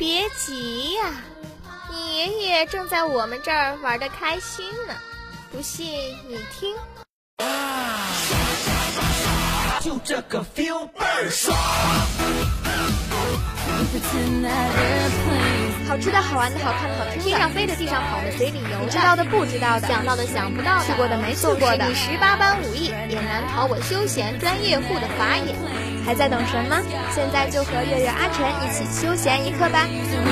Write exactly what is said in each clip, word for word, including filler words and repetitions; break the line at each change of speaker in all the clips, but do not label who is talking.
别急呀、啊，你爷爷正在我们这儿玩得开心呢，不信你听。
就这个 feel 倍儿爽。
好吃的好玩的好看的好听的，天上飞的地上跑的随里游的，知道的不知道的，想到的想不到的，去过的没去过的，你十八般武艺也难逃我休闲专业户的法眼。
还在等什么？现在就和月月阿晨一起休闲一刻吧。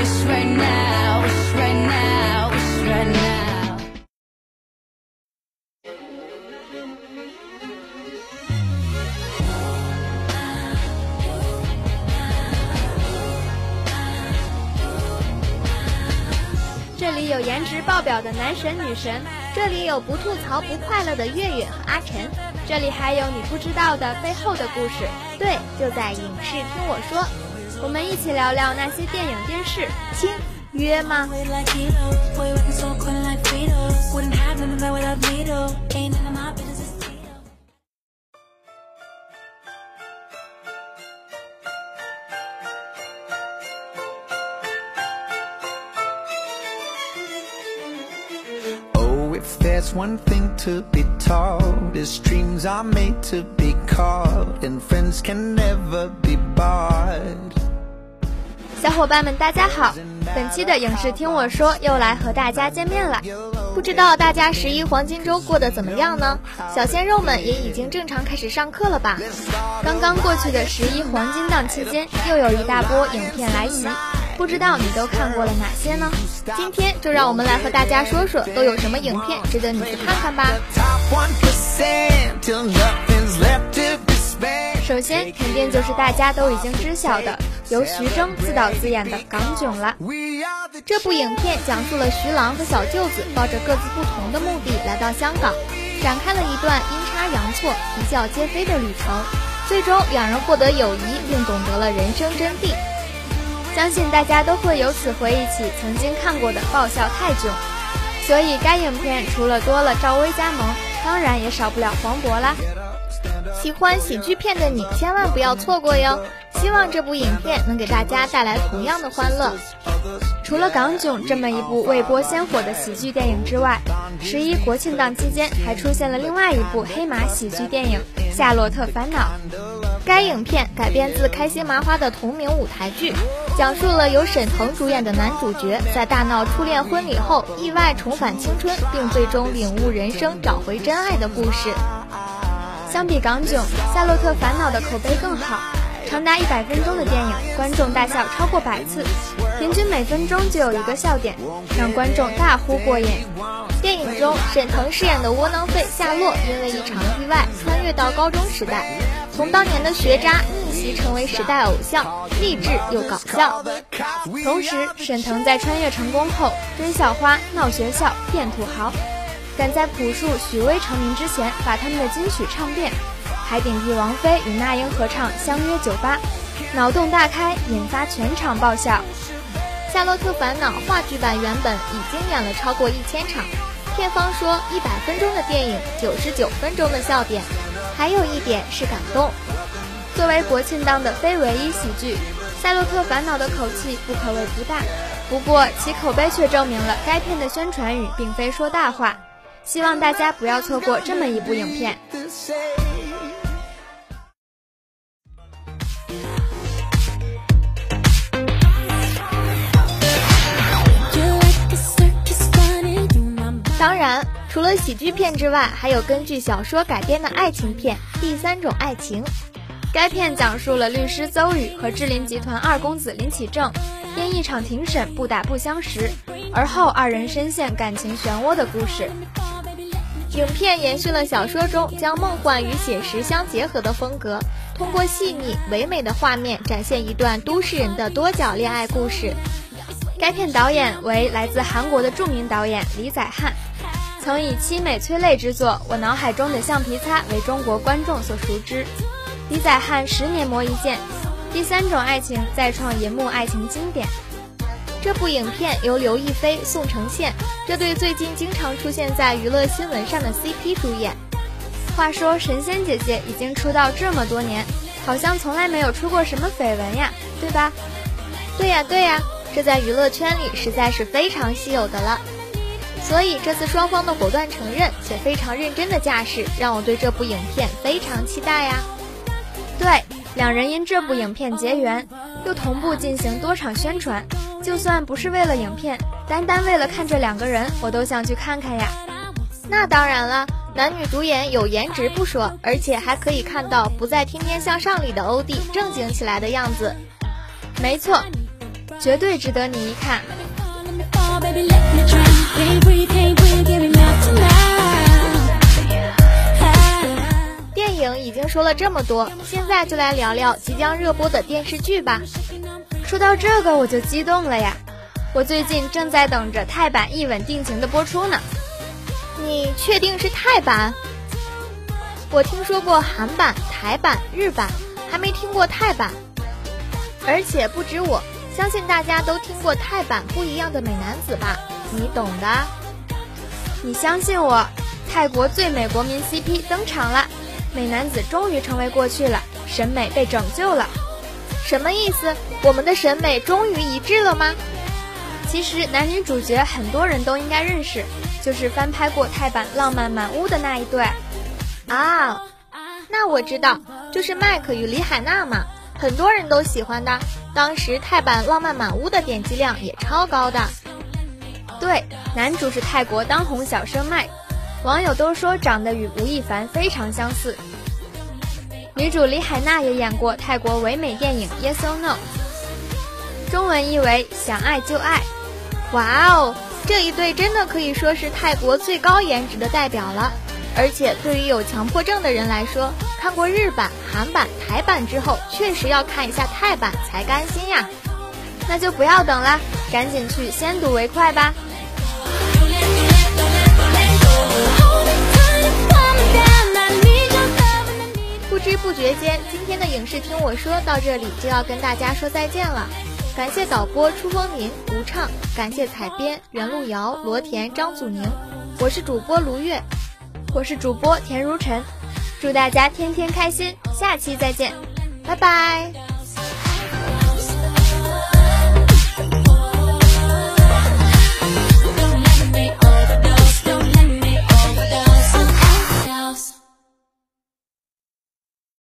这里有颜值爆表的男神女神，
这里有不吐槽不快乐的月月和阿晨，
这里还有你不知道的背后的故事。
对，就在影视听我说，
我们一起聊聊那些电影电视。
亲，约吗？
If there's one thing to be taught, is dreams are made to be caught, and friends can never be bought.
小伙伴们大家好，本期的影视听我说又来和大家见面了。
不知道大家十一黄金周过得怎么样呢？小鲜肉们也已经正常开始上课了吧？
刚刚过去的十一黄金档期间，又有一大波影片来袭，不知道你都看过了哪些呢？
今天就让我们来和大家说说都有什么影片值得你去看看吧。
首先肯定就是大家都已经知晓的由徐峥自导自演的《港囧》了。
这部影片讲述了徐朗和小舅子抱着各自不同的目的来到香港，展开了一段阴差阳错啼笑皆非的旅程，最终两人获得友谊并懂得了人生真谛。
相信大家都会由此回忆起曾经看过的爆笑泰囧，所以该影片除了多了赵薇加盟，当然也少不了黄渤啦。
喜欢喜剧片的你千万不要错过哟，希望这部影片能给大家带来同样的欢乐。
除了港囧这么一部未播先火的喜剧电影之外，十一国庆档期间还出现了另外一部黑马喜剧电影《夏洛特烦恼》。
该影片改编自开心麻花的同名舞台剧，讲述了由沈腾主演的男主角在大闹初恋婚礼后意外重返青春，并最终领悟人生找回真爱的故事。
相比港囧，《夏洛特烦恼》的口碑更好，长达一百分钟的电影，观众大笑超过百次，平均每分钟就有一个笑点，让观众大呼过瘾。
电影中，沈腾饰演的窝囊废夏洛因为一场意外穿越到高中时代，从当年的学渣逆袭成为时代偶像，励志又搞笑。
同时，沈腾在穿越成功后追校花、闹学校、变土豪，赶在朴树、许巍成名之前把他们的金曲唱遍，还顶替王菲与那英合唱《相约九八》，脑洞大开，引发全场爆笑。
《夏洛特烦恼》话剧版原本已经演了超过一千场，片方说一百分钟的电影，九十九分钟的笑点，还有一点是感动。
作为国庆档的非唯一喜剧，《夏洛特烦恼》的口气不可谓不大，不过其口碑却证明了该片的宣传语并非说大话。希望大家不要错过这么一部影片。
当然，除了喜剧片之外，还有根据小说改编的爱情片《第三种爱情》。
该片讲述了律师邹宇和志林集团二公子林启正因一场庭审不打不相识，而后二人深陷感情漩涡的故事。
影片延续了小说中将梦幻与写实相结合的风格，通过细腻唯美的画面展现一段都市人的多角恋爱故事。
该片导演为来自韩国的著名导演李宰翰，曾以凄美催泪之作《我脑海中的橡皮擦》为中国观众所熟知。李宰翰十年磨一剑，第三种爱情再创银幕爱情经典。
这部影片由刘亦菲、宋承宪这对最近经常出现在娱乐新闻上的 C P 主演。
话说神仙姐姐已经出道这么多年，好像从来没有出过什么绯闻呀，对吧？
对呀对呀， 这在娱乐圈里实在是非常稀有的了。所以这次双方的果断承认且非常认真的架势，让我对这部影片非常期待呀。
对，两人因这部影片结缘，又同步进行多场宣传，就算不是为了影片，单单为了看这两个人，我都想去看看呀。
那当然了，男女主演有颜值不说，而且还可以看到不在《天天向上》里的欧弟正经起来的样子。
没错，绝对值得你一看。
电影已经说了这么多，现在就来聊聊即将热播的电视剧吧。
说到这个我就激动了呀，我最近正在等着泰版《一吻定情》的播出呢。
你确定是泰版？我听说过韩版、台版、日版，还没听过泰版。而且不止我，相信大家都听过泰版不一样的美男子吧，你懂的。
你相信我，泰国最美国民 C P 登场了，美男子终于成为过去了，审美被拯救了。
什么意思？我们的审美终于一致了吗？
其实男女主角很多人都应该认识，就是翻拍过泰版《浪漫满屋》的那一对。
啊，那我知道，就是麦克与李海娜嘛，很多人都喜欢的。当时泰版《浪漫满屋》的点击量也超高的。
对，男主是泰国当红小生麦，网友都说长得与吴亦凡非常相似。女主李海娜也演过泰国唯美电影 Yes or No， 中文译为想爱就爱。
哇哦，这一对真的可以说是泰国最高颜值的代表了。而且对于有强迫症的人来说，看过日版、韩版、台版之后，确实要看一下泰版才甘心呀。
那就不要等了，赶紧去先睹为快吧。
不知不觉间，今天的影视听我说到这里就要跟大家说再见了。感谢导播初风林、吴畅，感谢采编袁路遥、罗田、张祖宁。我是主播卢月，
我是主播田如晨，祝大家天天开心，下期再见，
拜拜。